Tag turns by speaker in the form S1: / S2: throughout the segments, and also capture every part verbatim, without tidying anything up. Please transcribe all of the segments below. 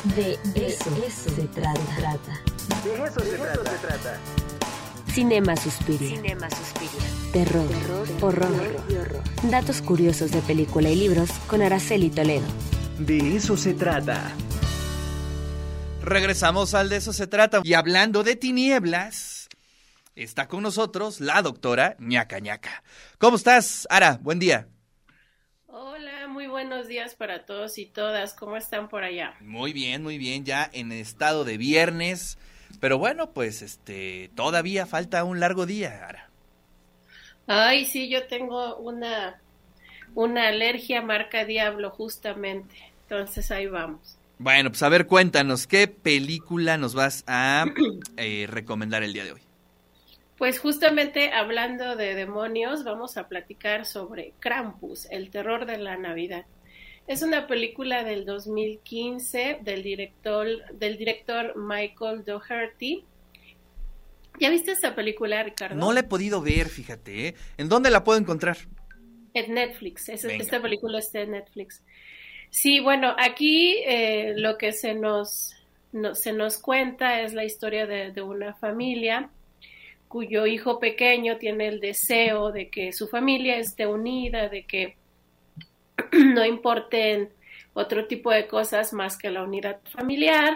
S1: De eso, eso se trata.
S2: De eso se, de trata. Eso se trata.
S1: Cinema Suspiria.
S3: Cinema Suspiria.
S1: Terror, Terror horror, horror y horror. Datos curiosos de película y libros con Araceli Toledo.
S2: De eso se trata.
S4: Regresamos al De eso se trata. Y hablando de tinieblas, está con nosotros la doctora Ñaca Ñaca. ¿Cómo estás, Ara? Buen día.
S5: Hola, muy buenos días para todos y todas. ¿Cómo están por allá?
S4: Muy bien, muy bien. Ya en estado de viernes. Pero bueno, pues este todavía falta un largo día, Ara.
S5: Ay, sí, yo tengo una, una alergia marca Diablo, justamente. Entonces ahí vamos.
S4: Bueno, pues a ver, cuéntanos, ¿qué película nos vas a eh, recomendar el día de hoy?
S5: Pues justamente hablando de demonios, vamos a platicar sobre Krampus, el terror de la Navidad. Es una película del dos mil quince del director, del director Michael Dougherty. ¿Ya viste esta película, Ricardo?
S4: No la he podido ver, fíjate, ¿eh? ¿En dónde la puedo encontrar?
S5: En Netflix, es, esta película está en Netflix. Sí, bueno, aquí eh, lo que se nos, no, se nos cuenta es la historia de, de una familia cuyo hijo pequeño tiene el deseo de que su familia esté unida, de que no importen otro tipo de cosas más que la unidad familiar,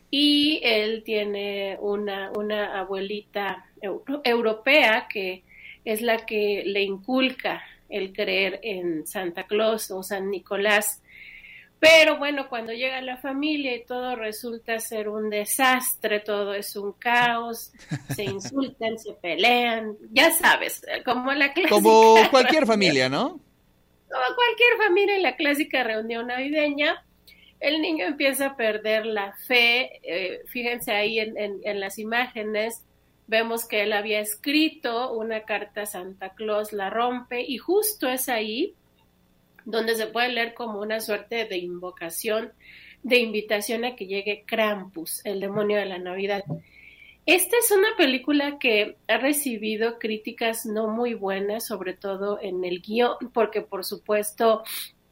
S5: y él tiene una, una abuelita euro, europea que es la que le inculca el creer en Santa Claus o San Nicolás. Pero bueno, cuando llega la familia y todo resulta ser un desastre, todo es un caos, se insultan, se pelean, ya sabes, como la clásica.
S4: Como cualquier familia, ¿no?
S5: Como cualquier familia en la clásica reunión navideña, el niño empieza a perder la fe. Eh, fíjense ahí en, en, en las imágenes, vemos que él había escrito una carta a Santa Claus, la rompe, y justo es ahí donde se puede leer como una suerte de invocación, de invitación a que llegue Krampus, el demonio de la Navidad. Esta es una película que ha recibido críticas no muy buenas, sobre todo en el guión, porque por supuesto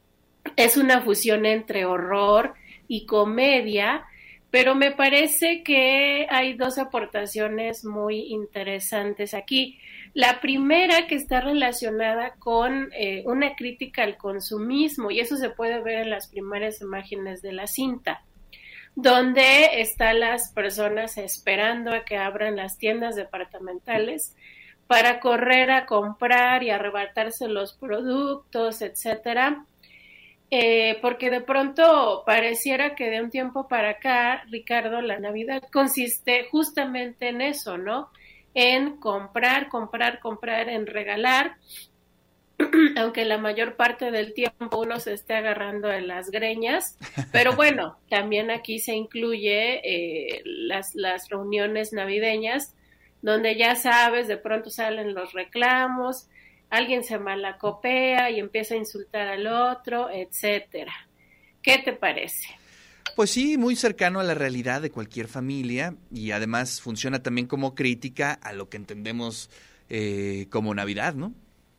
S5: es una fusión entre horror y comedia, pero me parece que hay dos aportaciones muy interesantes aquí. La primera, que está relacionada con eh, una crítica al consumismo, y eso se puede ver en las primeras imágenes de la cinta, donde están las personas esperando a que abran las tiendas departamentales para correr a comprar y arrebatarse los productos, etcétera. Eh, porque de pronto pareciera que de un tiempo para acá, Ricardo, la Navidad consiste justamente en eso, ¿no? En comprar, comprar, comprar, en regalar, aunque la mayor parte del tiempo uno se esté agarrando de las greñas, pero bueno, también aquí se incluye eh, las, las reuniones navideñas, donde ya sabes, de pronto salen los reclamos, alguien se malacopea y empieza a insultar al otro, etcétera. ¿Qué te parece?
S4: Pues sí, muy cercano a la realidad de cualquier familia, y además funciona también como crítica a lo que entendemos eh, como Navidad, ¿no?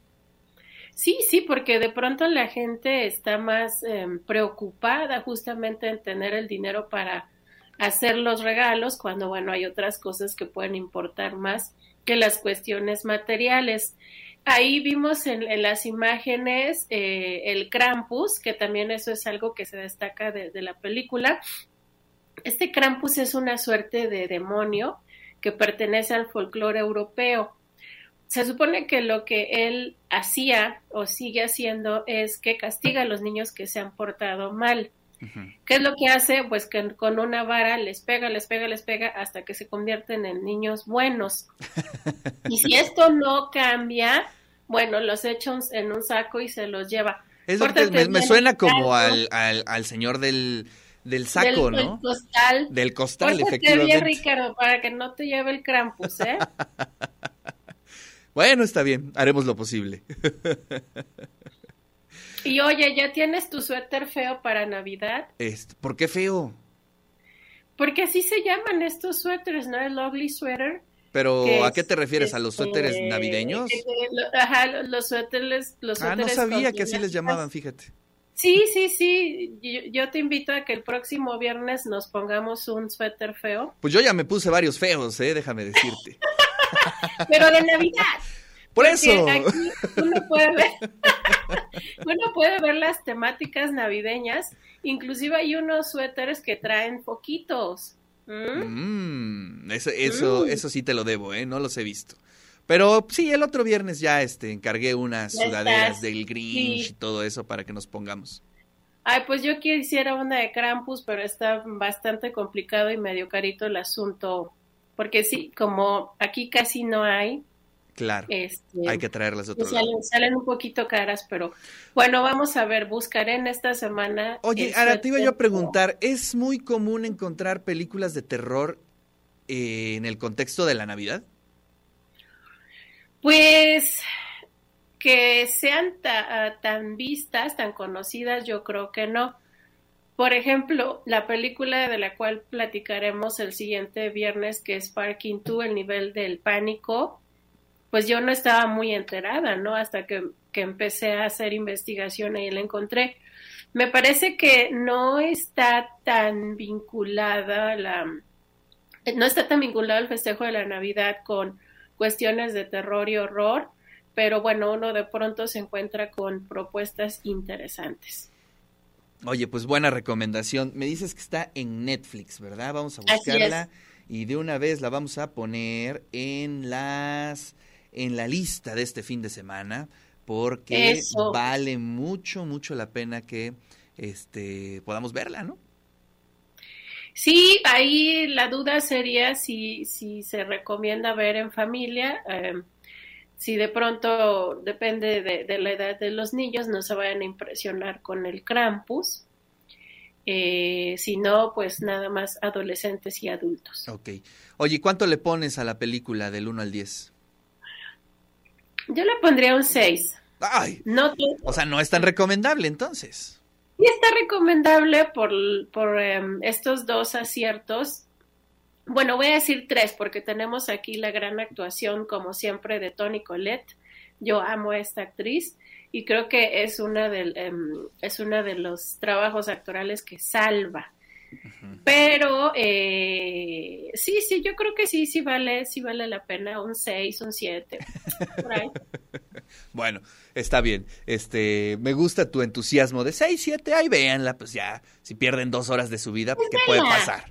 S5: Sí, sí, porque de pronto la gente está más eh, preocupada justamente en tener el dinero para hacer los regalos, cuando, bueno, hay otras cosas que pueden importar más que las cuestiones materiales. Ahí vimos en, en las imágenes eh, el Krampus, que también eso es algo que se destaca de, de la película. Este Krampus es una suerte de demonio que pertenece al folclore europeo. Se supone que lo que él hacía o sigue haciendo es que castiga a los niños que se han portado mal. Uh-huh. ¿Qué es lo que hace? Pues que con una vara les pega, les pega, les pega hasta que se convierten en niños buenos. Y si esto no cambia, bueno, los echa en un saco y se los lleva.
S4: Es lo que me, me suena como al, al, al señor del, del saco,
S5: del,
S4: ¿no?
S5: Del costal.
S4: Del costal,
S5: Pórtate
S4: efectivamente.
S5: bien, Ricardo, para que no te lleve el Krampus, ¿eh?
S4: Bueno, está bien, haremos lo posible.
S5: Y oye, ¿ya tienes tu suéter feo para Navidad?
S4: Este, ¿por qué feo?
S5: Porque así se llaman estos suéteres, ¿no? El ugly sweater.
S4: Pero, ¿a qué te refieres? ¿A los suéteres eh, navideños?
S5: Eh, lo, ajá, los suéteres, los suéteres.
S4: Ah, no sabía que así les llamaban, fíjate.
S5: Sí, sí, sí. Yo, yo te invito a que el próximo viernes nos pongamos un suéter feo.
S4: Pues yo ya me puse varios feos, ¿eh? Déjame decirte.
S5: Pero de Navidad.
S4: Por eso.
S5: Aquí uno puede ver, uno puede ver las temáticas navideñas. Inclusive hay unos suéteres que traen foquitos. ¿Mm?
S4: Mm, eso, eso, mm. eso sí te lo debo, ¿eh? No los he visto. Pero sí, el otro viernes ya este, encargué unas sudaderas del Grinch sí. y todo eso para que nos pongamos.
S5: Ay, pues yo quisiera una de Krampus, pero está bastante complicado y medio carito el asunto. Porque sí, como aquí casi no hay.
S4: Claro, este, hay que traerlas de otro
S5: salen,
S4: lado.
S5: Salen un poquito caras, pero bueno, vamos a ver, buscaré en esta semana.
S4: Oye, ahora te iba yo a preguntar, ¿es muy común encontrar películas de terror eh, en el contexto de la Navidad?
S5: Pues que sean ta, tan vistas, tan conocidas, yo creo que no. Por ejemplo, la película de la cual platicaremos el siguiente viernes, que es Parking dos, El nivel del pánico, pues yo no estaba muy enterada, ¿no? Hasta que, que empecé a hacer investigación y la encontré. Me parece que no está tan vinculada la, no está tan vinculado el festejo de la Navidad con cuestiones de terror y horror, pero bueno, uno de pronto se encuentra con propuestas interesantes.
S4: Oye, pues buena recomendación. Me dices que está en Netflix, ¿verdad? Vamos a buscarla y de una vez la vamos a poner en las en la lista de este fin de semana, porque Eso. vale mucho, mucho la pena que este podamos verla, ¿no?
S5: Sí, ahí la duda sería si, si se recomienda ver en familia, eh, si de pronto depende de, de la edad de los niños, no se vayan a impresionar con el Krampus, eh, si no, pues nada más adolescentes y adultos.
S4: Ok. Oye, ¿cuánto le pones a la película del uno al diez?
S5: Yo le pondría un seis.
S4: Ay,
S5: no te...
S4: o sea, no es tan recomendable entonces.
S5: Y está recomendable por, por um, estos dos aciertos. Bueno, voy a decir tres, porque tenemos aquí la gran actuación, como siempre, de Toni Collette. Yo amo a esta actriz y creo que es una de, um, es una de los trabajos actorales que salva. Uh-huh. Pero eh, sí, sí, yo creo que sí, sí vale, sí vale la pena un seis, un siete, por ahí.
S4: Bueno, está bien. Este, me gusta tu entusiasmo de seis, siete, ahí véanla, pues ya, si pierden dos horas de su vida, pues, ¿qué puede pasar?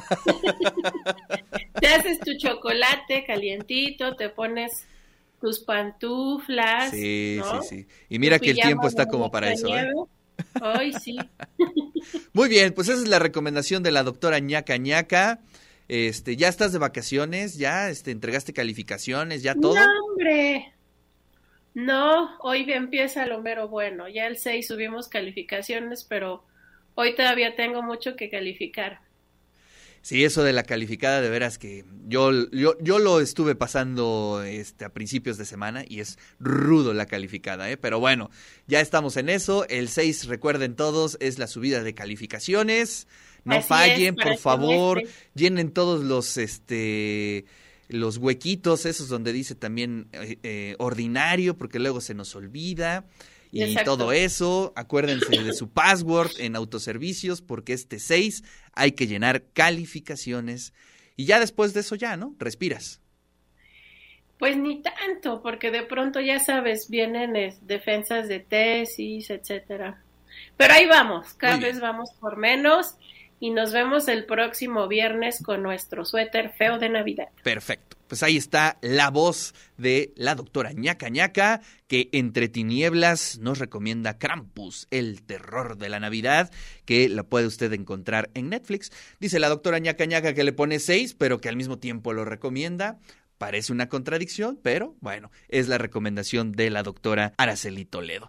S5: Te haces tu chocolate calientito, te pones tus pantuflas,
S4: sí,
S5: ¿no?
S4: sí, sí. Y mira que el tiempo está como para eso, ¿eh?
S5: Ay, sí.
S4: Muy bien, pues esa es la recomendación de la doctora Ñaca Ñaca. Este, ¿ya estás de vacaciones? ¿Ya este, entregaste calificaciones? ¿Ya todo?
S5: No, hombre. No, hoy empieza lo mero bueno. Ya el seis subimos calificaciones, pero hoy todavía tengo mucho que calificar.
S4: Sí, eso de la calificada, de veras que yo yo yo lo estuve pasando este a principios de semana y es rudo la calificada, ¿eh? Pero bueno, ya estamos en eso. El seis, recuerden todos, es la subida de calificaciones. No Así fallen, es, por favor, este. llenen todos los este los huequitos, esos donde dice también eh, eh, ordinario, porque luego se nos olvida. Y Exacto. todo eso, acuérdense de su password en autoservicios, porque este seis hay que llenar calificaciones. Y ya después de eso ya, ¿no? Respiras.
S5: Pues ni tanto, porque de pronto ya sabes, vienen es, defensas de tesis, etcétera. Pero ahí vamos, cada vez vamos por menos. Y nos vemos el próximo viernes con nuestro suéter feo de Navidad.
S4: Perfecto. Pues ahí está la voz de la doctora Ñaca Ñaca, que entre tinieblas nos recomienda Krampus, el terror de la Navidad, que la puede usted encontrar en Netflix. Dice la doctora Ñaca Ñaca que le pone seis, pero que al mismo tiempo lo recomienda. Parece una contradicción, pero bueno, es la recomendación de la doctora Araceli Toledo.